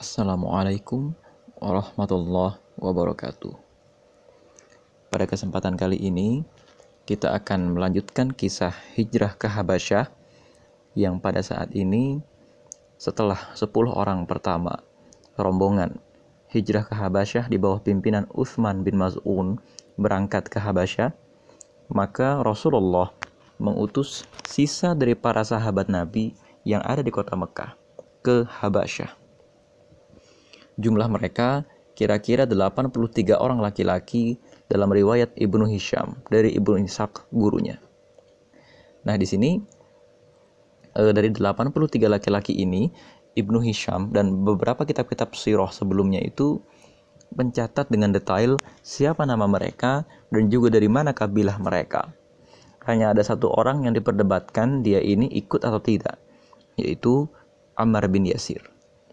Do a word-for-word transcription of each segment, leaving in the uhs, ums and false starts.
Assalamualaikum warahmatullahi wabarakatuh. Pada kesempatan kali ini, kita akan melanjutkan kisah hijrah ke Habasyah yang pada saat ini setelah sepuluh orang pertama rombongan hijrah ke Habasyah di bawah pimpinan Utsman bin Maz'un berangkat ke Habasyah, maka Rasulullah mengutus sisa dari para sahabat Nabi yang ada di kota Mekah ke Habasyah. Jumlah mereka kira-kira delapan puluh tiga orang laki-laki dalam riwayat Ibnu Hisham dari Ibnu Ishaq gurunya. Nah, di sini e, dari delapan puluh tiga laki-laki ini, Ibnu Hisham dan beberapa kitab-kitab sirah sebelumnya itu mencatat dengan detail siapa nama mereka dan juga dari mana kabilah mereka. Hanya ada satu orang yang diperdebatkan dia ini ikut atau tidak, yaitu Ammar bin Yasir.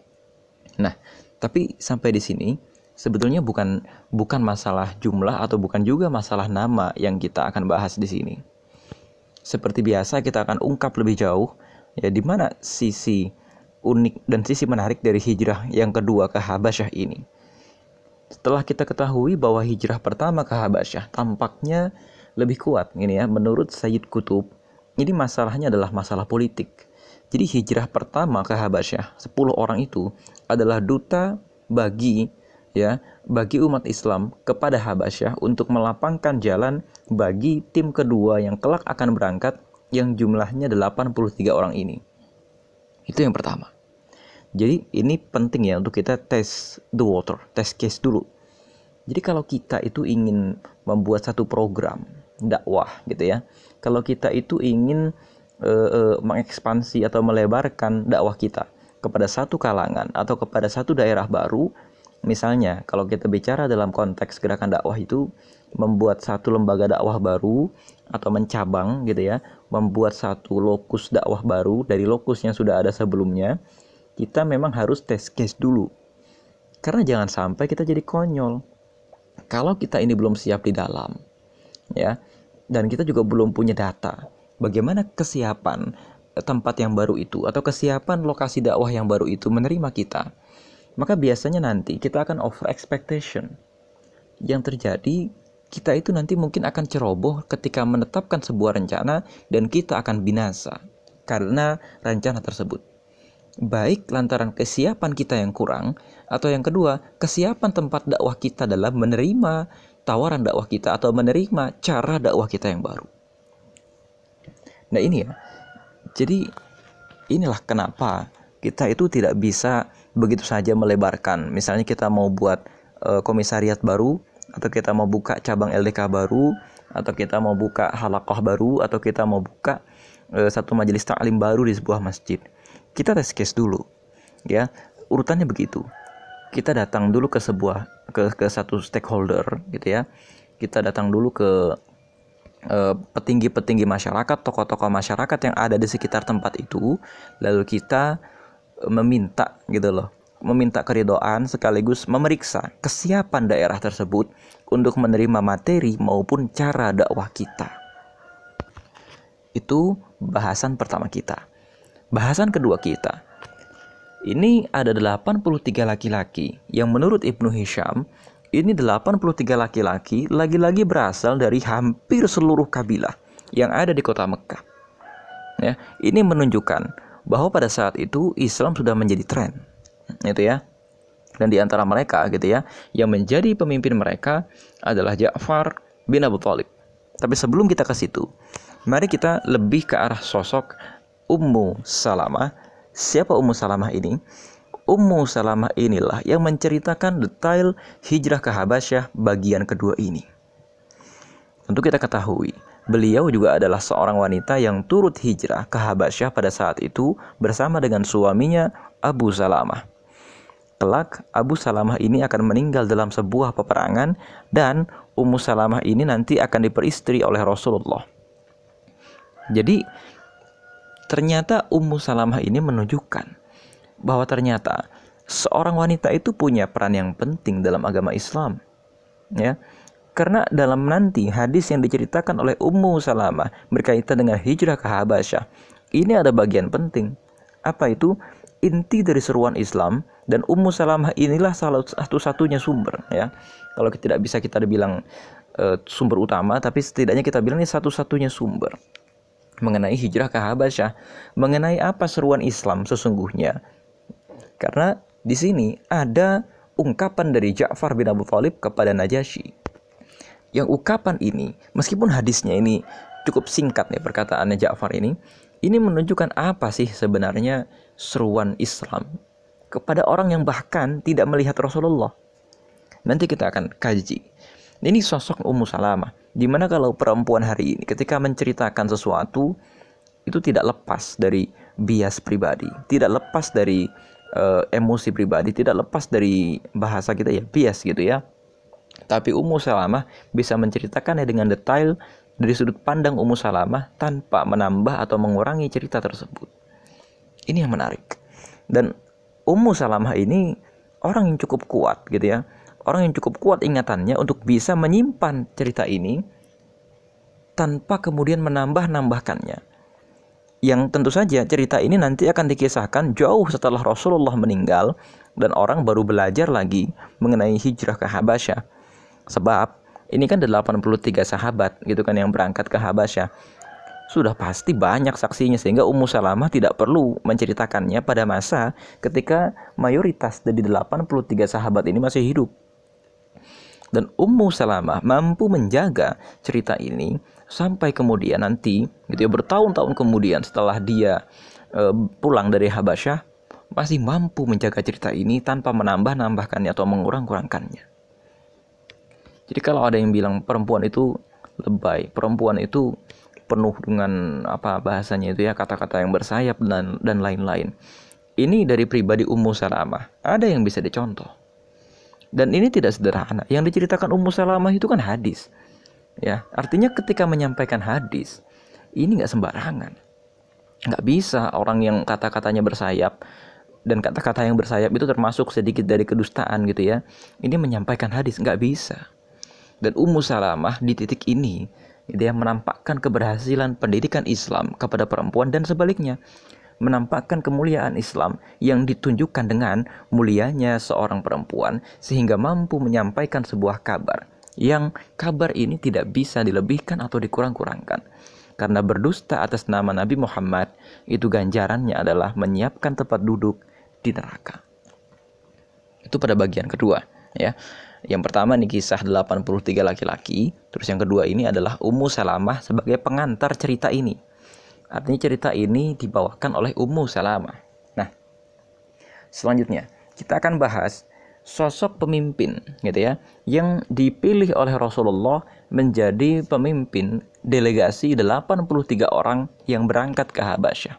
Nah, tapi sampai di sini sebetulnya bukan bukan masalah jumlah atau bukan juga masalah nama yang kita akan bahas di sini. Seperti biasa kita akan ungkap lebih jauh ya di mana sisi unik dan sisi menarik dari hijrah yang kedua ke Habasyah ini. Setelah kita ketahui bahwa hijrah pertama ke Habasyah tampaknya lebih kuat ini ya menurut Sayyid Qutb, ini masalahnya adalah masalah politik. Jadi hijrah pertama ke Habasyah, sepuluh orang itu adalah duta bagi ya, bagi umat Islam kepada Habasyah untuk melapangkan jalan bagi tim kedua yang kelak akan berangkat yang jumlahnya delapan puluh tiga orang ini. Itu yang pertama. Jadi ini penting ya untuk kita test the water, test case dulu. Jadi kalau kita itu ingin membuat satu program dakwah gitu ya. Kalau kita itu ingin uh, uh, mengekspansi atau melebarkan dakwah kita kepada satu kalangan atau kepada satu daerah baru, misalnya kalau kita bicara dalam konteks gerakan dakwah itu membuat satu lembaga dakwah baru atau mencabang gitu ya, membuat satu lokus dakwah baru dari lokus yang sudah ada sebelumnya, kita memang harus test case dulu. Karena jangan sampai kita jadi konyol. Kalau kita ini belum siap di dalam, ya, dan kita juga belum punya data, bagaimana kesiapan tempat yang baru itu atau kesiapan lokasi dakwah yang baru itu menerima kita, maka biasanya nanti kita akan over expectation. Yang terjadi, kita itu nanti mungkin akan ceroboh ketika menetapkan sebuah rencana dan kita akan binasa karena rencana tersebut. Baik lantaran kesiapan kita yang kurang, atau yang kedua, kesiapan tempat dakwah kita dalam menerima tawaran dakwah kita atau menerima cara dakwah kita yang baru. Nah ini ya, jadi inilah kenapa kita itu tidak bisa begitu saja melebarkan. Misalnya kita mau buat e, komisariat baru, atau kita mau buka cabang L D K baru, atau kita mau buka halaqah baru, atau kita mau buka e, satu majelis ta'lim baru di sebuah masjid. Kita test case dulu, ya. Urutannya begitu. Kita datang dulu ke sebuah ke ke satu stakeholder, gitu ya. Kita datang dulu ke uh, petinggi-petinggi masyarakat, tokoh-tokoh masyarakat yang ada di sekitar tempat itu, lalu kita uh, meminta, gitu loh, meminta keridhaan sekaligus memeriksa kesiapan daerah tersebut untuk menerima materi maupun cara dakwah kita. Itu bahasan pertama kita. Bahasan kedua kita, ini ada delapan puluh tiga laki-laki yang menurut Ibnu Hisham, ini delapan puluh tiga laki-laki lagi-lagi berasal dari hampir seluruh kabilah yang ada di kota Mekah. Ya, ini menunjukkan bahwa pada saat itu Islam sudah menjadi tren, itu ya. Dan di antara mereka gitu ya, yang menjadi pemimpin mereka adalah Ja'far bin Abu Thalib. Tapi sebelum kita ke situ, mari kita lebih ke arah sosok Ummu Salamah. Siapa Ummu Salamah ini? Ummu Salamah inilah yang menceritakan detail hijrah ke Habasyah bagian kedua ini. Tentu kita ketahui, beliau juga adalah seorang wanita yang turut hijrah ke Habasyah pada saat itu bersama dengan suaminya Abu Salamah. Kelak Abu Salamah ini akan meninggal dalam sebuah peperangan dan Ummu Salamah ini nanti akan diperistri oleh Rasulullah. Jadi ternyata Ummu Salamah ini menunjukkan bahwa ternyata seorang wanita itu punya peran yang penting dalam agama Islam. Ya. Karena dalam nanti hadis yang diceritakan oleh Ummu Salamah berkaitan dengan hijrah ke Habasyah, ini ada bagian penting. Apa itu? inti dari seruan Islam, dan Ummu Salamah inilah salah satu-satunya sumber, ya. Kalau tidak bisa kita bilang e, sumber utama, tapi setidaknya kita bilang ini satu-satunya sumber mengenai hijrah ke Habasyah, mengenai apa seruan Islam sesungguhnya. Karena di sini ada ungkapan dari Ja'far bin Abu Thalib kepada Najasyi. Yang ungkapan ini, meskipun hadisnya ini cukup singkat ya perkataannya Ja'far ini, ini menunjukkan apa sih sebenarnya seruan Islam kepada orang yang bahkan tidak melihat Rasulullah. Nanti kita akan kaji. Ini sosok Ummu Salamah, dimana kalau perempuan hari ini ketika menceritakan sesuatu itu tidak lepas dari bias pribadi, tidak lepas dari uh, emosi pribadi, tidak lepas dari bahasa kita ya bias gitu ya. Tapi Ummu Salamah bisa menceritakannya dengan detail dari sudut pandang Ummu Salamah tanpa menambah atau mengurangi cerita tersebut. Ini yang menarik. Dan Ummu Salamah ini orang yang cukup kuat gitu ya. Orang yang cukup kuat ingatannya untuk bisa menyimpan cerita ini tanpa kemudian menambah-nambahkannya. Yang tentu saja cerita ini nanti akan dikisahkan jauh setelah Rasulullah meninggal dan orang baru belajar lagi mengenai hijrah ke Habasyah. Sebab ini kan delapan puluh tiga sahabat gitu kan yang berangkat ke Habasyah. Sudah pasti banyak saksinya sehingga Ummu Salamah tidak perlu menceritakannya pada masa ketika mayoritas dari delapan puluh tiga sahabat ini masih hidup. Dan Ummu Salamah mampu menjaga cerita ini sampai kemudian nanti gitu ya, bertahun-tahun kemudian setelah dia e, pulang dari Habasyah masih mampu menjaga cerita ini tanpa menambah-nambahkannya atau mengurang-kurangkannya. Jadi kalau ada yang bilang perempuan itu lebay, perempuan itu penuh dengan apa bahasanya itu ya, kata-kata yang bersayap dan dan lain-lain. Ini dari pribadi Ummu Salamah, ada yang bisa dicontoh. Dan ini tidak sederhana. Yang diceritakan Ummu Salamah itu kan hadis. Ya, artinya ketika menyampaikan hadis, ini nggak sembarangan. Nggak bisa orang yang kata-katanya bersayap, dan kata-kata yang bersayap itu termasuk sedikit dari kedustaan gitu ya. Ini menyampaikan hadis, nggak bisa. Dan Ummu Salamah di titik ini, dia menampakkan keberhasilan pendidikan Islam kepada perempuan dan sebaliknya. Menampakkan kemuliaan Islam yang ditunjukkan dengan mulianya seorang perempuan sehingga mampu menyampaikan sebuah kabar yang kabar ini tidak bisa dilebihkan atau dikurang-kurangkan. Karena berdusta atas nama Nabi Muhammad itu ganjarannya adalah menyiapkan tempat duduk di neraka. Itu pada bagian kedua ya. Yang pertama nih kisah delapan puluh tiga laki-laki, terus yang kedua ini adalah Ummu Salamah sebagai pengantar cerita ini. Artinya cerita ini dibawakan oleh Ummu Salamah. Nah, selanjutnya kita akan bahas sosok pemimpin gitu ya, yang dipilih oleh Rasulullah menjadi pemimpin delegasi delapan puluh tiga orang yang berangkat ke Habasyah.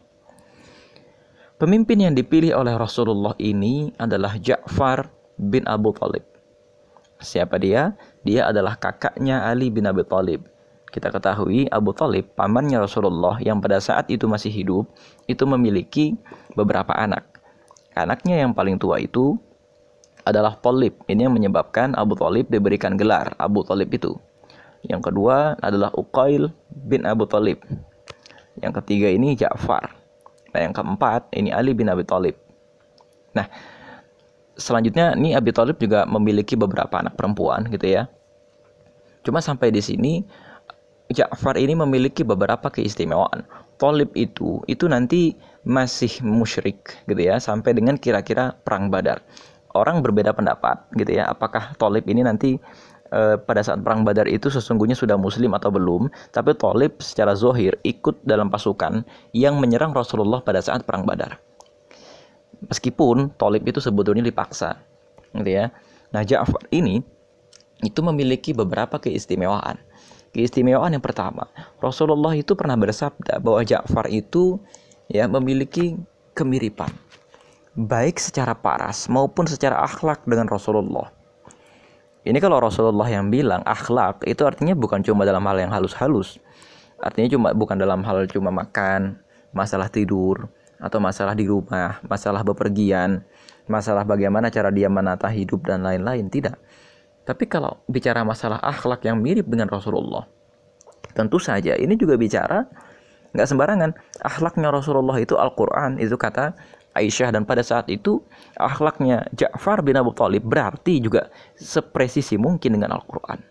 Pemimpin yang dipilih oleh Rasulullah ini adalah Ja'far bin Abu Thalib. Siapa dia? Dia adalah kakaknya Ali bin Abi Thalib. Kita ketahui Abu Thalib, pamannya Rasulullah yang pada saat itu masih hidup, itu memiliki beberapa anak. Anaknya yang paling tua itu adalah Thalib. Ini yang menyebabkan Abu Thalib diberikan gelar Abu Thalib itu. Yang kedua adalah Uqail bin Abu Thalib. Yang ketiga ini Ja'far. Nah yang keempat ini Ali bin Abi Thalib. Nah selanjutnya ini Abi Thalib juga memiliki beberapa anak perempuan gitu ya. Cuma sampai di sini Ja'far ini memiliki beberapa keistimewaan. Thalib itu itu nanti masih musyrik gitu ya, sampai dengan kira-kira perang Badar. Orang berbeda pendapat gitu ya, apakah Thalib ini nanti e, pada saat perang Badar itu sesungguhnya sudah muslim atau belum. Tapi Thalib secara zahir ikut dalam pasukan yang menyerang Rasulullah pada saat perang Badar. Meskipun Thalib itu sebetulnya dipaksa gitu ya. Nah Ja'far ini itu memiliki beberapa keistimewaan. Keistimewaan yang pertama, Rasulullah itu pernah bersabda bahwa Ja'far itu ya memiliki kemiripan baik secara paras maupun secara akhlak dengan Rasulullah. Ini kalau Rasulullah yang bilang akhlak itu artinya bukan cuma dalam hal yang halus-halus. Artinya cuma bukan dalam hal cuma makan, masalah tidur, atau masalah di rumah, masalah bepergian, masalah bagaimana cara dia menata hidup dan lain-lain, tidak. Tapi kalau bicara masalah akhlak yang mirip dengan Rasulullah, tentu saja ini juga bicara nggak sembarangan. Akhlaknya Rasulullah itu Al-Quran, itu kata Aisyah, dan pada saat itu akhlaknya Ja'far bin Abu Thalib berarti juga sepresisi mungkin dengan Al-Quran.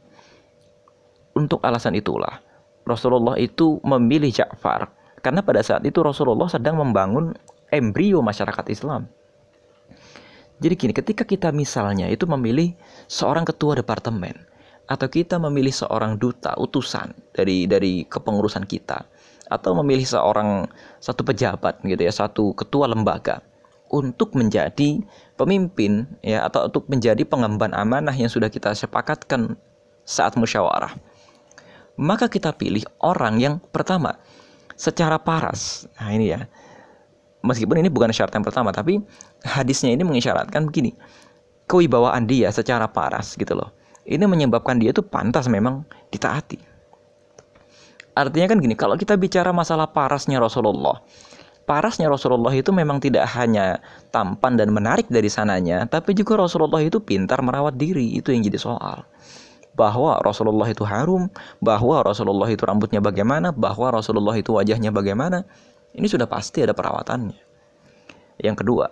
Untuk alasan itulah Rasulullah itu memilih Ja'far, karena pada saat itu Rasulullah sedang membangun embrio masyarakat Islam. Jadi gini, ketika kita misalnya itu memilih seorang ketua departemen, atau kita memilih seorang duta, utusan dari dari kepengurusan kita, atau memilih seorang satu pejabat gitu ya, satu ketua lembaga untuk menjadi pemimpin ya, atau untuk menjadi pengemban amanah yang sudah kita sepakatkan saat musyawarah, maka kita pilih orang yang pertama secara paras. Nah ini ya, meskipun ini bukan syarat yang pertama, tapi hadisnya ini mengisyaratkan begini, kewibawaan dia secara paras gitu loh, ini menyebabkan dia itu pantas memang ditaati. Artinya kan gini, kalau kita bicara masalah parasnya Rasulullah, parasnya Rasulullah itu memang tidak hanya tampan dan menarik dari sananya, tapi juga Rasulullah itu pintar merawat diri. Itu yang jadi soal. Bahwa Rasulullah itu harum, bahwa Rasulullah itu rambutnya bagaimana, bahwa Rasulullah itu wajahnya bagaimana, ini sudah pasti ada perawatannya. Yang kedua,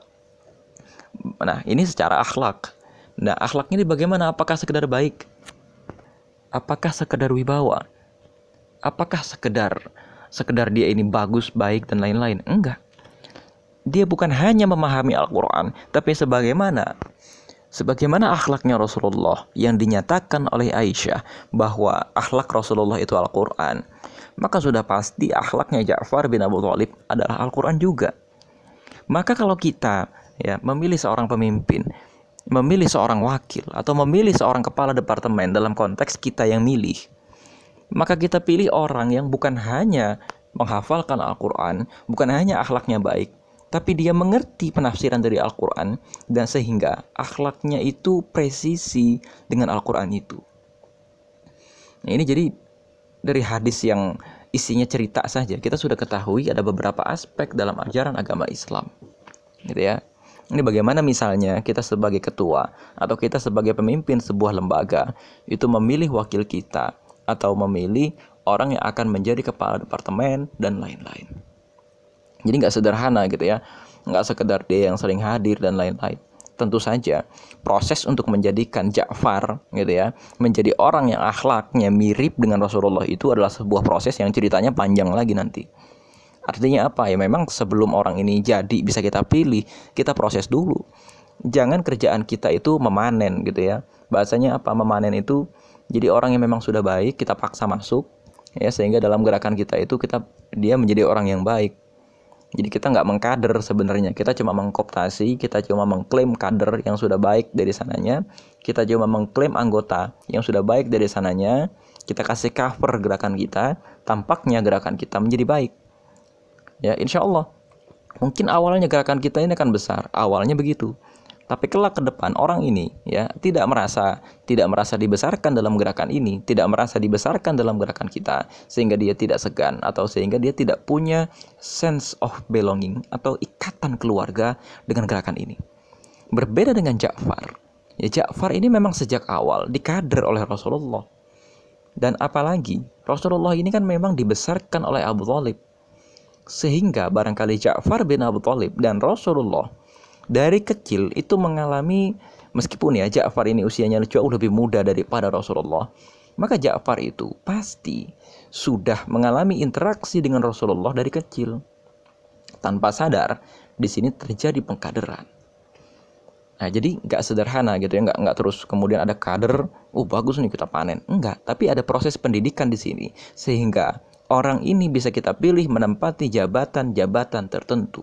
nah ini secara akhlak. Nah akhlaknya ini bagaimana? Apakah sekedar baik? Apakah sekedar wibawa? Apakah sekedar sekedar dia ini bagus, baik, dan lain-lain? Enggak. Dia bukan hanya memahami Al-Quran, tapi sebagaimana sebagaimana akhlaknya Rasulullah yang dinyatakan oleh Aisyah bahwa akhlak Rasulullah itu Al-Quran, maka sudah pasti akhlaknya Ja'far bin Abu Thalib adalah Al-Quran juga. Maka kalau kita ya memilih seorang pemimpin, memilih seorang wakil, atau memilih seorang kepala departemen dalam konteks kita yang milih, maka kita pilih orang yang bukan hanya menghafalkan Al-Quran, bukan hanya akhlaknya baik, tapi dia mengerti penafsiran dari Al-Quran, dan sehingga akhlaknya itu presisi dengan Al-Quran itu. Nah, ini jadi dari hadis yang isinya cerita saja, kita sudah ketahui ada beberapa aspek dalam ajaran agama Islam, gitu ya. Ini bagaimana misalnya kita sebagai ketua atau kita sebagai pemimpin sebuah lembaga itu memilih wakil kita, atau memilih orang yang akan menjadi kepala departemen dan lain-lain. Jadi nggak sederhana gitu ya, nggak sekedar dia yang sering hadir dan lain-lain. Tentu saja proses untuk menjadikan Ja'far gitu ya menjadi orang yang akhlaknya mirip dengan Rasulullah itu adalah sebuah proses yang ceritanya panjang lagi nanti. Artinya apa ya, memang sebelum orang ini jadi bisa kita pilih, kita proses dulu. Jangan kerjaan kita itu memanen gitu ya. Bahasanya apa, memanen itu jadi orang yang memang sudah baik kita paksa masuk ya, sehingga dalam gerakan kita itu kita dia menjadi orang yang baik. Jadi kita nggak mengkader sebenarnya, kita cuma mengkooptasi, kita cuma mengklaim kader yang sudah baik dari sananya, kita cuma mengklaim anggota yang sudah baik dari sananya, kita kasih cover gerakan kita, tampaknya gerakan kita menjadi baik. Ya insya Allah, mungkin awalnya gerakan kita ini akan besar, awalnya begitu. Tapi kelak ke depan orang ini ya tidak merasa tidak merasa dibesarkan dalam gerakan ini, tidak merasa dibesarkan dalam gerakan kita, sehingga dia tidak segan atau sehingga dia tidak punya sense of belonging atau ikatan keluarga dengan gerakan ini. Berbeda dengan Ja'far. Ya Ja'far ini memang sejak awal dikader oleh Rasulullah. Dan apalagi Rasulullah ini kan memang dibesarkan oleh Abu Thalib. Sehingga barangkali Ja'far bin Abu Thalib dan Rasulullah dari kecil itu mengalami, meskipun ya Ja'far ini usianya jauh lebih muda daripada Rasulullah, maka Ja'far itu pasti sudah mengalami interaksi dengan Rasulullah dari kecil. Tanpa sadar, di sini terjadi pengkaderan. Nah, jadi nggak sederhana gitu ya, nggak nggak terus kemudian ada kader, oh bagus nih kita panen, enggak. Tapi ada proses pendidikan di sini, sehingga orang ini bisa kita pilih menempati jabatan-jabatan tertentu.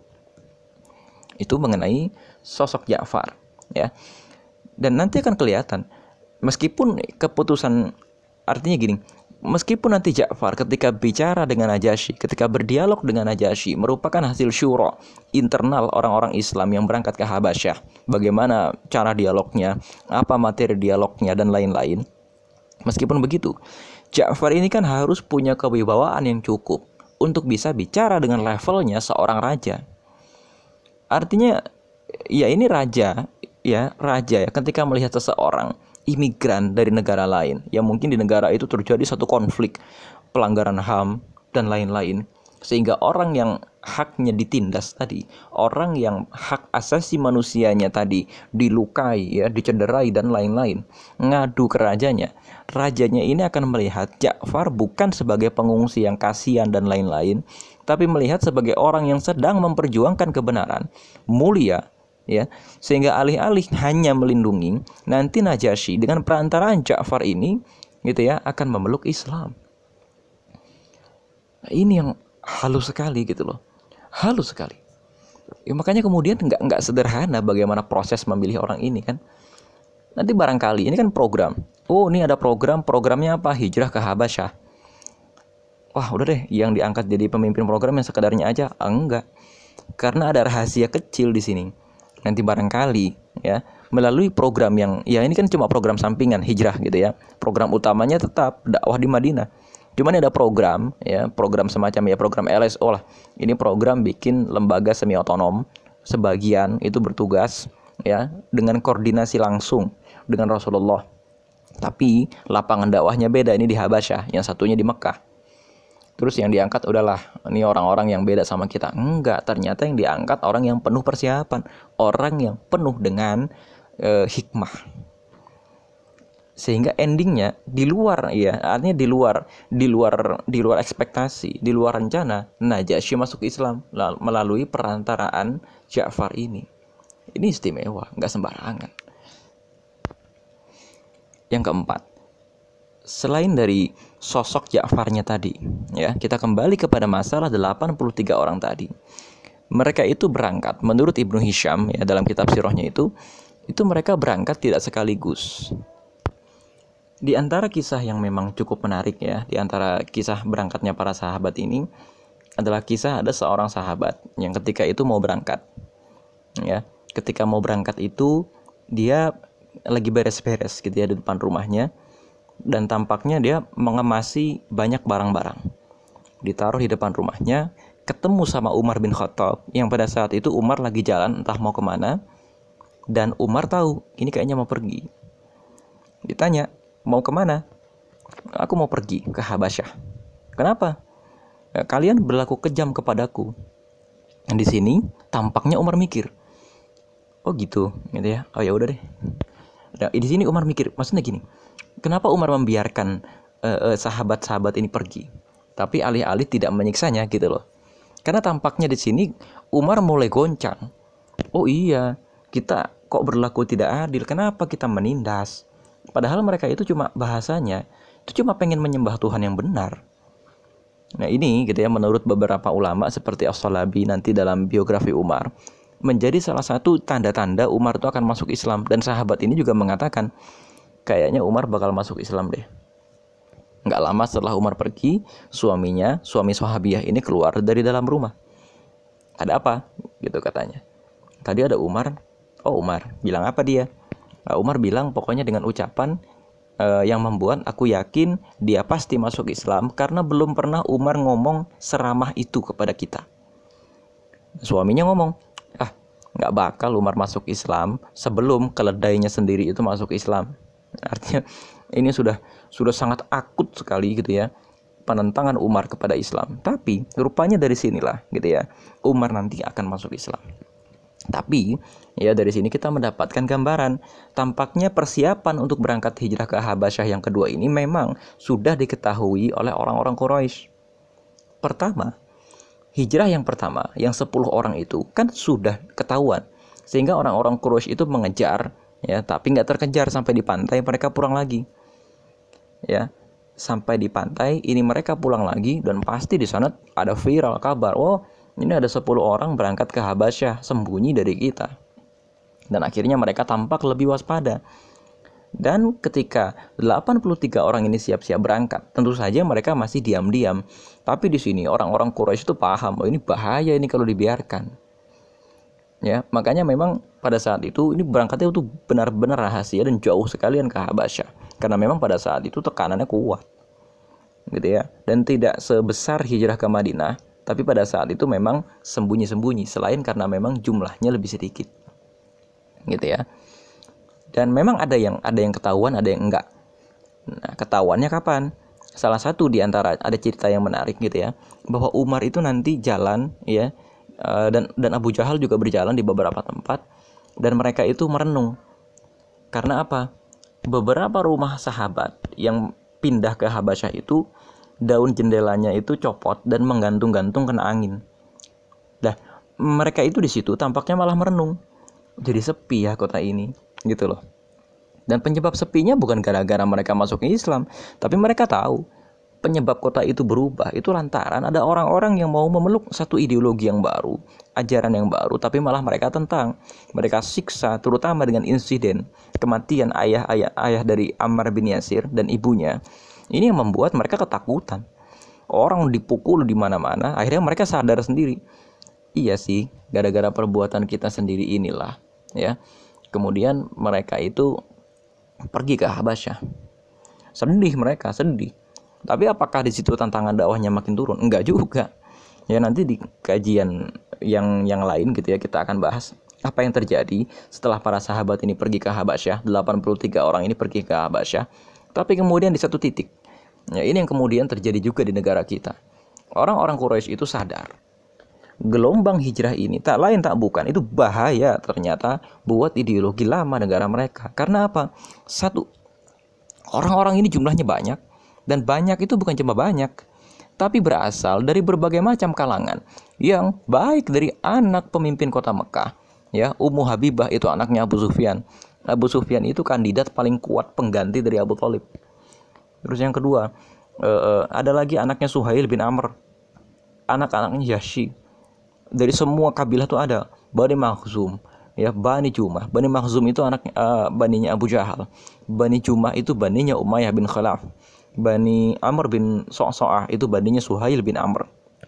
Itu mengenai sosok Ja'far ya. Dan nanti akan kelihatan meskipun keputusan, artinya gini, meskipun nanti Ja'far ketika bicara dengan Najasyi, ketika berdialog dengan Najasyi merupakan hasil syura internal orang-orang Islam yang berangkat ke Habasyah, bagaimana cara dialognya, apa materi dialognya dan lain-lain. Meskipun begitu, Ja'far ini kan harus punya kewibawaan yang cukup untuk bisa bicara dengan levelnya seorang raja. Artinya ya ini raja ya, raja ya ketika melihat seseorang imigran dari negara lain yang mungkin di negara itu terjadi satu konflik, pelanggaran H A M dan lain-lain, sehingga orang yang haknya ditindas tadi, orang yang hak asasi manusianya tadi dilukai, ya, dicederai dan lain-lain, ngadu ke rajanya, rajanya ini akan melihat Ja'far bukan sebagai pengungsi yang kasihan dan lain-lain, tapi melihat sebagai orang yang sedang memperjuangkan kebenaran, mulia, ya, sehingga alih-alih hanya melindungi, nanti Najasyi dengan perantaraan Ja'far ini, gitu ya, akan memeluk Islam. Nah, ini yang halus sekali gitu loh, halus sekali. Ya, makanya kemudian nggak nggak sederhana bagaimana proses memilih orang ini kan. Nanti barangkali ini kan program. Oh, ini ada program, programnya apa? Hijrah ke Habasyah. Wah, udah deh, yang diangkat jadi pemimpin program yang sekedarnya aja. Ah, enggak. Karena ada rahasia kecil di sini. Nanti barangkali ya, melalui program yang ya ini kan cuma program sampingan hijrah gitu ya. Program utamanya tetap dakwah di Madinah. Cuman ada program ya, program semacam ya program L S O lah. Ini program bikin lembaga semi otonom, sebagian itu bertugas ya dengan koordinasi langsung dengan Rasulullah. Tapi lapangan dakwahnya beda, ini di Habasyah, yang satunya di Mekah. Terus yang diangkat udahlah, ini orang-orang yang beda sama kita. Enggak, ternyata yang diangkat orang yang penuh persiapan, orang yang penuh dengan e, hikmah. Sehingga endingnya di luar ya, artinya di luar di luar di luar ekspektasi, di luar rencana, Najasyi masuk Islam melalui perantaraan Ja'far ini. Ini istimewa, nggak sembarangan. Yang keempat, selain dari sosok Ja'farnya tadi, ya, kita kembali kepada masalah delapan puluh tiga orang tadi. Mereka itu berangkat menurut Ibnu Hisham ya dalam kitab sirahnya itu, itu mereka berangkat tidak sekaligus. Di antara kisah yang memang cukup menarik ya, di antara kisah berangkatnya para sahabat ini adalah kisah ada seorang sahabat yang ketika itu mau berangkat. Ya, ketika mau berangkat itu dia lagi beres-beres gitu ya di depan rumahnya, dan tampaknya dia mengemasi banyak barang-barang. Ditaruh di depan rumahnya, ketemu sama Umar bin Khattab yang pada saat itu Umar lagi jalan entah mau kemana, dan Umar tahu ini kayaknya mau pergi. Ditanya, mau kemana? Aku mau pergi ke Habasyah. Kenapa? Kalian berlaku kejam kepadaku. Di sini tampaknya Umar mikir. Oh gitu, gitu ya. Oh ya udah deh. Nah, di sini Umar mikir, maksudnya gini. Kenapa Umar membiarkan uh, uh, sahabat-sahabat ini pergi, tapi alih-alih tidak menyiksanya gitu loh? Karena tampaknya di sini Umar mulai goncang. Oh iya, kita kok berlaku tidak adil? Kenapa kita menindas? Padahal mereka itu cuma bahasanya, itu cuma pengen menyembah Tuhan yang benar. Nah ini gitu ya, menurut beberapa ulama seperti As-Salabi nanti dalam biografi Umar, menjadi salah satu tanda-tanda Umar itu akan masuk Islam. Dan sahabat ini juga mengatakan, kayaknya Umar bakal masuk Islam deh. Nggak lama setelah Umar pergi, suaminya, suami sahabiah ini keluar dari dalam rumah. Ada apa? Gitu katanya. Tadi ada Umar. Oh Umar, bilang apa dia? Nah, Umar bilang pokoknya dengan ucapan uh, yang membuat aku yakin dia pasti masuk Islam, karena belum pernah Umar ngomong seramah itu kepada kita. Suaminya ngomong, ah nggak bakal Umar masuk Islam sebelum keledainya sendiri itu masuk Islam. Artinya ini sudah sudah sangat akut sekali gitu ya, penentangan Umar kepada Islam. Tapi rupanya dari sinilah gitu ya, Umar nanti akan masuk Islam. Tapi ya dari sini kita mendapatkan gambaran, tampaknya persiapan untuk berangkat hijrah ke Habasyah yang kedua ini memang sudah diketahui oleh orang-orang Quraisy. Pertama, hijrah yang pertama, yang sepuluh orang itu kan sudah ketahuan, sehingga orang-orang Quraisy itu mengejar, ya, tapi nggak terkejar sampai di pantai, mereka pulang lagi, ya, sampai di pantai ini mereka pulang lagi, dan pasti di sana ada viral kabar, oh ini ada sepuluh orang berangkat ke Habasyah sembunyi dari kita. Dan akhirnya mereka tampak lebih waspada. Dan ketika delapan puluh tiga orang ini siap-siap berangkat, tentu saja mereka masih diam-diam. Tapi di sini orang-orang Quraisy itu paham, oh ini bahaya ini kalau dibiarkan. Ya, makanya memang pada saat itu ini berangkatnya itu benar-benar rahasia dan jauh sekalian ke Habasyah. Karena memang pada saat itu tekanannya kuat. Gitu ya. Dan tidak sebesar hijrah ke Madinah. Tapi pada saat itu memang sembunyi-sembunyi, selain karena memang jumlahnya lebih sedikit, gitu ya. Dan memang ada yang ada yang ketahuan, ada yang enggak. Nah, ketahuannya kapan? salah satu di antara ada cerita yang menarik gitu ya, bahwa Umar itu nanti jalan ya, uh, dan dan Abu Jahal juga berjalan di beberapa tempat, dan mereka itu merenung. Karena apa? Beberapa rumah sahabat yang pindah ke Habasyah itu daun jendelanya itu copot dan menggantung-gantung kena angin. Nah, mereka itu di situ tampaknya malah merenung. Jadi sepi ya kota ini, gitu loh. Dan penyebab sepinya bukan gara-gara mereka masuk ke Islam, tapi mereka tahu penyebab kota itu berubah itu lantaran ada orang-orang yang mau memeluk satu ideologi yang baru, ajaran yang baru, tapi malah mereka tentang, mereka siksa, terutama dengan insiden kematian ayah ayah ayah dari Ammar bin Yasir dan ibunya. Ini yang membuat mereka ketakutan. Orang dipukul di mana-mana, akhirnya mereka sadar sendiri. Iya sih, gara-gara perbuatan kita sendiri inilah, ya. Kemudian mereka itu pergi ke Habasyah. Sedih mereka, sedih. Tapi apakah di situ tantangan dakwahnya makin turun? Enggak juga. Ya nanti di kajian yang yang lain gitu ya kita akan bahas apa yang terjadi setelah para sahabat ini pergi ke Habasyah. delapan puluh tiga orang ini pergi ke Habasyah. Tapi kemudian di satu titik, ya ini yang kemudian terjadi juga di negara kita. Orang-orang Quraisy itu sadar gelombang hijrah ini tak lain tak bukan itu bahaya ternyata buat ideologi lama negara mereka. Karena apa? Satu, orang-orang ini jumlahnya banyak, dan banyak itu bukan cuma banyak, tapi berasal dari berbagai macam kalangan, yang baik dari anak pemimpin kota Mekah, ya, Ummu Habibah itu anaknya Abu Sufyan. Abu Sufyan itu kandidat paling kuat pengganti dari Abu Thalib. Terus yang kedua, uh, uh, ada lagi anaknya Suhail bin Amr, anak-anaknya Yashy. Dari semua kabilah itu ada. Bani Makhzum, ya, Bani Jumah. Bani Makhzum itu anak uh, baninya Abu Jahal. Bani Jumah itu baninya Umayyah bin Khalaf. Bani Amr bin So'so'ah itu baninya Suhail bin Amr.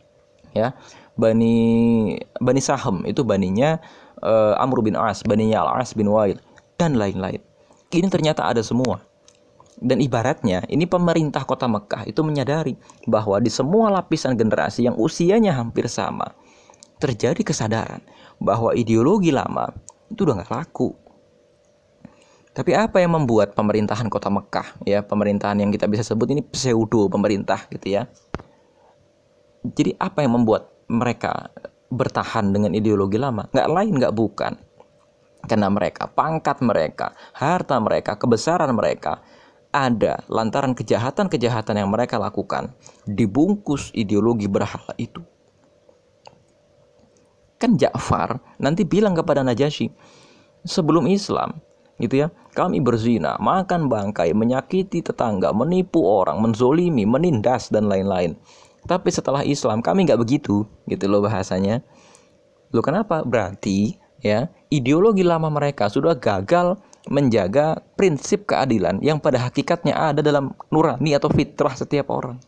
Ya. Bani Bani Sahm itu baninya uh, Amr bin As, baninya Al-As bin Wail, dan lain-lain. Ini ternyata ada semua. Dan ibaratnya ini pemerintah kota Mekah itu menyadari bahwa di semua lapisan generasi yang usianya hampir sama terjadi kesadaran bahwa ideologi lama itu udah gak laku. Tapi apa yang membuat pemerintahan kota Mekah, ya, pemerintahan yang kita bisa sebut ini pseudo pemerintah gitu ya. Jadi apa yang membuat mereka bertahan dengan ideologi lama? Gak lain gak bukan karena mereka, pangkat mereka, harta mereka, kebesaran mereka ada lantaran kejahatan-kejahatan yang mereka lakukan dibungkus ideologi berhala itu. Kan Ja'far nanti bilang kepada Najasyi sebelum Islam gitu ya, kami berzina, makan bangkai, menyakiti tetangga, menipu orang, menzolimi, menindas dan lain-lain. Tapi setelah Islam kami nggak begitu, gitu loh bahasanya. Loh kenapa? Berarti ya ideologi lama mereka sudah gagal menjaga prinsip keadilan yang pada hakikatnya ada dalam nurani atau fitrah setiap orang.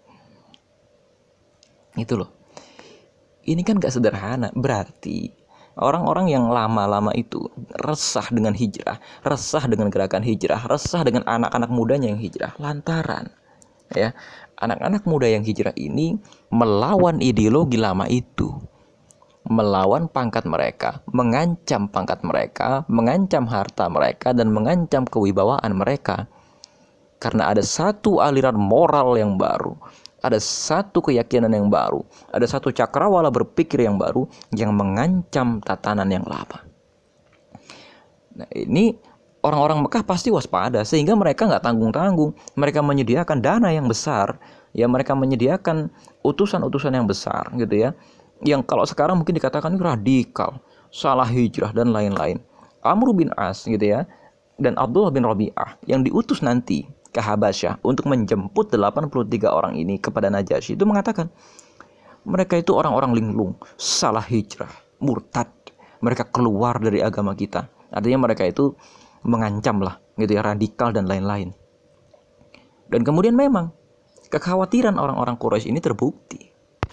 Itu loh. Ini kan gak sederhana. Berarti orang-orang yang lama-lama itu resah dengan hijrah, resah dengan gerakan hijrah, resah dengan anak-anak mudanya yang hijrah. Lantaran ya, anak-anak muda yang hijrah ini melawan ideologi lama itu, melawan pangkat mereka, mengancam pangkat mereka, mengancam harta mereka, dan mengancam kewibawaan mereka. Karena ada satu aliran moral yang baru, ada satu keyakinan yang baru, ada satu cakrawala berpikir yang baru yang mengancam tatanan yang lama. Nah, ini orang-orang Mekah pasti waspada, sehingga mereka nggak tanggung-tanggung. Mereka menyediakan dana yang besar, ya, mereka menyediakan utusan-utusan yang besar, gitu ya. Yang kalau sekarang mungkin dikatakan radikal, salah hijrah dan lain-lain. Amr bin As, gitu ya, dan Abdullah bin Rabi'ah yang diutus nanti ke Habasyah untuk menjemput delapan puluh tiga orang ini kepada Najasyi itu mengatakan mereka itu orang-orang linglung, salah hijrah, murtad, mereka keluar dari agama kita. Artinya mereka itu mengancam lah, gitu ya, radikal dan lain-lain. Dan kemudian memang kekhawatiran orang-orang Quraisy ini terbukti.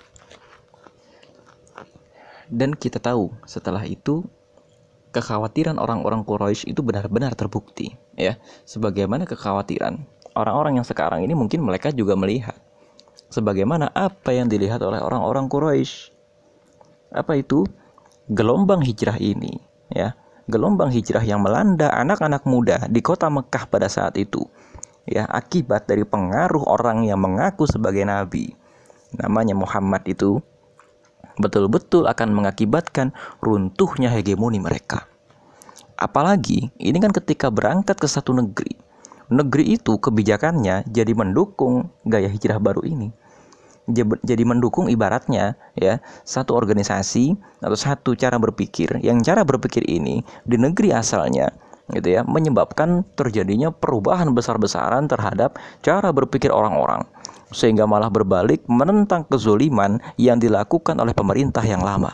Dan kita tahu setelah itu kekhawatiran orang-orang Quraisy itu benar-benar terbukti, ya. Sebagaimana kekhawatiran orang-orang yang sekarang ini mungkin mereka juga melihat sebagaimana apa yang dilihat oleh orang-orang Quraisy. Apa itu? Gelombang hijrah ini, ya. Gelombang hijrah yang melanda anak-anak muda di kota Mekah pada saat itu. ya, akibat dari pengaruh orang yang mengaku sebagai nabi, namanya Muhammad itu, betul-betul akan mengakibatkan runtuhnya hegemoni mereka. Apalagi ini kan ketika berangkat ke satu negeri, negeri itu kebijakannya jadi mendukung gaya hijrah baru ini. Jadi mendukung ibaratnya ya satu organisasi atau satu cara berpikir, yang cara berpikir ini di negeri asalnya gitu ya menyebabkan terjadinya perubahan besar-besaran terhadap cara berpikir orang-orang, sehingga malah berbalik menentang kezoliman yang dilakukan oleh pemerintah yang lama.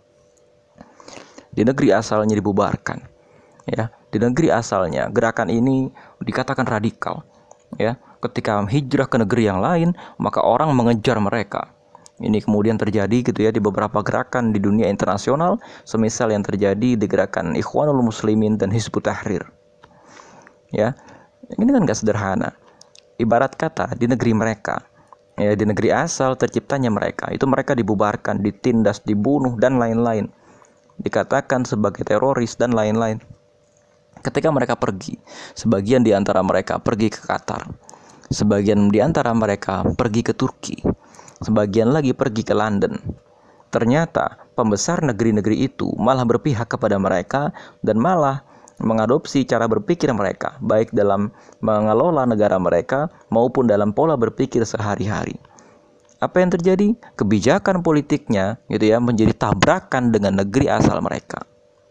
Di negeri asalnya dibubarkan, ya, di negeri asalnya gerakan ini dikatakan radikal, ya. Ketika hijrah ke negeri yang lain, maka orang mengejar mereka. Ini kemudian terjadi gitu ya di beberapa gerakan di dunia internasional, semisal yang terjadi di gerakan Ikhwanul Muslimin dan Hizbut Tahrir. Ya, ini kan gak sederhana. Ibarat kata di negeri mereka, ya, di negeri asal terciptanya mereka, itu mereka dibubarkan, ditindas, dibunuh dan lain-lain, dikatakan sebagai teroris dan lain-lain. Ketika mereka pergi, sebagian di antara mereka pergi ke Qatar, sebagian di antara mereka pergi ke Turki, sebagian lagi pergi ke London. Ternyata pembesar negeri-negeri itu malah berpihak kepada mereka dan malah mengadopsi cara berpikir mereka, baik dalam mengelola negara mereka maupun dalam pola berpikir sehari-hari. Apa yang terjadi? Kebijakan politiknya gitu ya menjadi tabrakan dengan negeri asal mereka.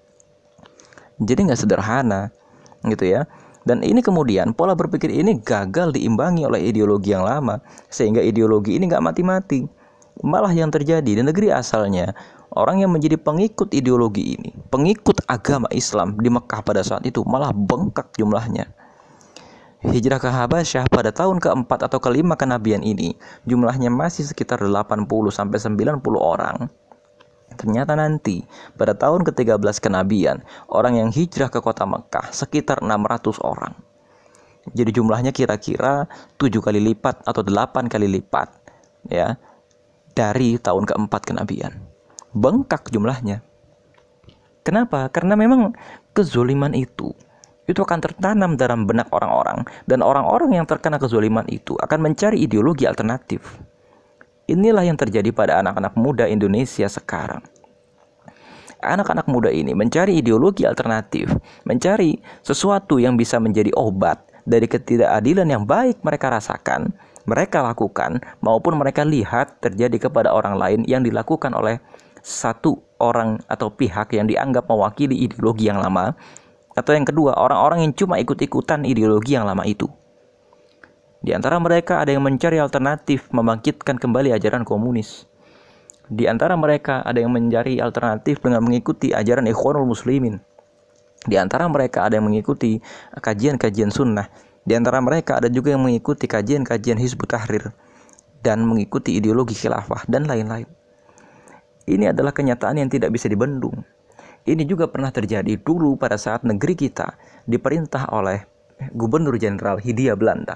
Jadi nggak sederhana gitu ya. Dan ini kemudian pola berpikir ini gagal diimbangi oleh ideologi yang lama, sehingga ideologi ini nggak mati-mati. Malah yang terjadi di negeri asalnya, orang yang menjadi pengikut ideologi ini, pengikut agama Islam di Mekah pada saat itu malah bengkak jumlahnya. Hijrah ke Habasyah pada tahun keempat atau kelima kenabian ini, jumlahnya masih sekitar delapan puluh sampai sembilan puluh orang. Ternyata nanti pada tahun ke tiga belas kenabian, orang yang hijrah ke kota Mekah sekitar enam ratus orang. Jadi jumlahnya kira-kira tujuh kali lipat atau delapan kali lipat ya dari tahun keempat kenabian. Bengkak jumlahnya. Kenapa? Karena memang kezoliman itu itu akan tertanam dalam benak orang-orang, dan orang-orang yang terkena kezoliman itu akan mencari ideologi alternatif. Inilah yang terjadi pada anak-anak muda Indonesia sekarang. Anak-anak muda ini mencari ideologi alternatif, mencari sesuatu yang bisa menjadi obat dari ketidakadilan yang baik mereka rasakan, mereka lakukan, maupun mereka lihat terjadi kepada orang lain yang dilakukan oleh satu orang atau pihak yang dianggap mewakili ideologi yang lama, atau yang kedua, orang-orang yang cuma ikut-ikutan ideologi yang lama itu. Di antara mereka ada yang mencari alternatif membangkitkan kembali ajaran komunis. Di antara mereka ada yang mencari alternatif dengan mengikuti ajaran Ikhwanul Muslimin. Di antara mereka ada yang mengikuti kajian-kajian sunnah. Di antara mereka ada juga yang mengikuti kajian-kajian Hizbut Tahrir dan mengikuti ideologi khilafah dan lain-lain. Ini adalah kenyataan yang tidak bisa dibendung. Ini juga pernah terjadi dulu pada saat negeri kita diperintah oleh Gubernur Jenderal Hindia Belanda.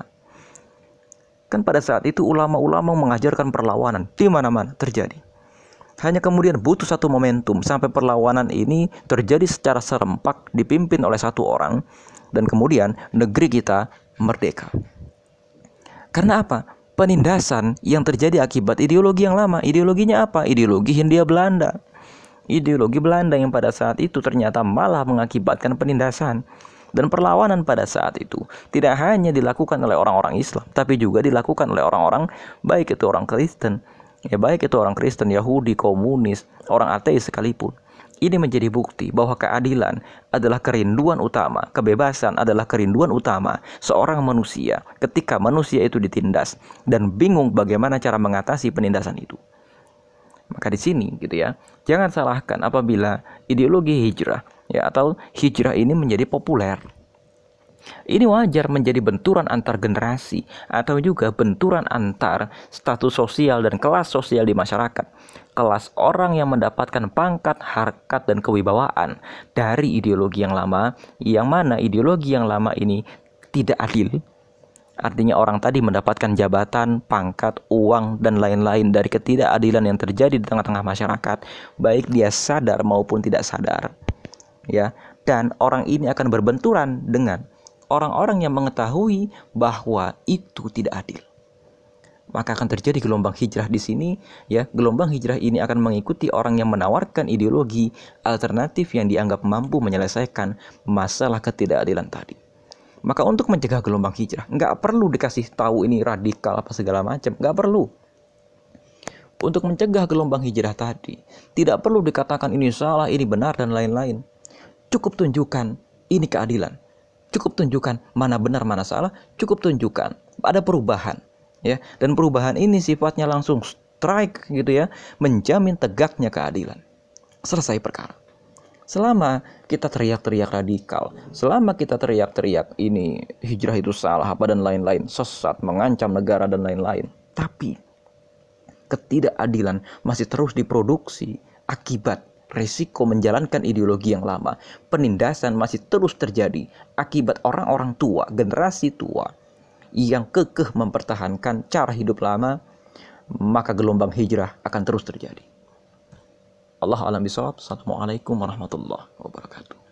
Kan pada saat itu ulama-ulama mengajarkan perlawanan di mana-mana terjadi. Hanya kemudian butuh satu momentum sampai perlawanan ini terjadi secara serempak dipimpin oleh satu orang, dan kemudian negeri kita merdeka. Karena apa? Penindasan yang terjadi akibat ideologi yang lama. Ideologinya apa? Ideologi Hindia Belanda. Ideologi Belanda yang pada saat itu ternyata malah mengakibatkan penindasan. Dan perlawanan pada saat itu tidak hanya dilakukan oleh orang-orang Islam, tapi juga dilakukan oleh orang-orang, baik itu orang Kristen, ya baik itu orang Kristen, Yahudi, komunis, orang ateis sekalipun. Ini menjadi bukti bahwa keadilan adalah kerinduan utama, kebebasan adalah kerinduan utama seorang manusia ketika manusia itu ditindas dan bingung bagaimana cara mengatasi penindasan itu. Maka di sini gitu ya, jangan salahkan apabila ideologi hijrah ya atau hijrah ini menjadi populer. Ini wajar menjadi benturan antar generasi atau juga benturan antar status sosial dan kelas sosial di masyarakat. Kelas orang yang mendapatkan pangkat, harkat, dan kewibawaan dari ideologi yang lama, yang mana ideologi yang lama ini tidak adil. Artinya orang tadi mendapatkan jabatan, pangkat, uang, dan lain-lain dari ketidakadilan yang terjadi di tengah-tengah masyarakat, baik dia sadar maupun tidak sadar. Ya, dan orang ini akan berbenturan dengan orang-orang yang mengetahui bahwa itu tidak adil. Maka akan terjadi gelombang hijrah di sini, ya. Gelombang hijrah ini akan mengikuti orang yang menawarkan ideologi alternatif yang dianggap mampu menyelesaikan masalah ketidakadilan tadi. Maka untuk mencegah gelombang hijrah, nggak perlu dikasih tahu ini radikal apa segala macam, nggak perlu. Untuk mencegah gelombang hijrah tadi, tidak perlu dikatakan ini salah, ini benar, dan lain-lain. Cukup tunjukkan ini keadilan. Cukup tunjukkan mana benar, mana salah. Cukup tunjukkan ada perubahan. Ya, dan perubahan ini sifatnya langsung strike gitu ya, menjamin tegaknya keadilan. Selesai perkara. Selama kita teriak-teriak radikal, selama kita teriak-teriak ini hijrah itu salah apa dan lain-lain, sesat, mengancam negara dan lain-lain, tapi ketidakadilan masih terus diproduksi akibat risiko menjalankan ideologi yang lama, penindasan masih terus terjadi akibat orang-orang tua, generasi tua yang kekeh mempertahankan cara hidup lama, maka gelombang hijrah akan terus terjadi. Allah a'lam bishawab. Assalamualaikum warahmatullahi wabarakatuh.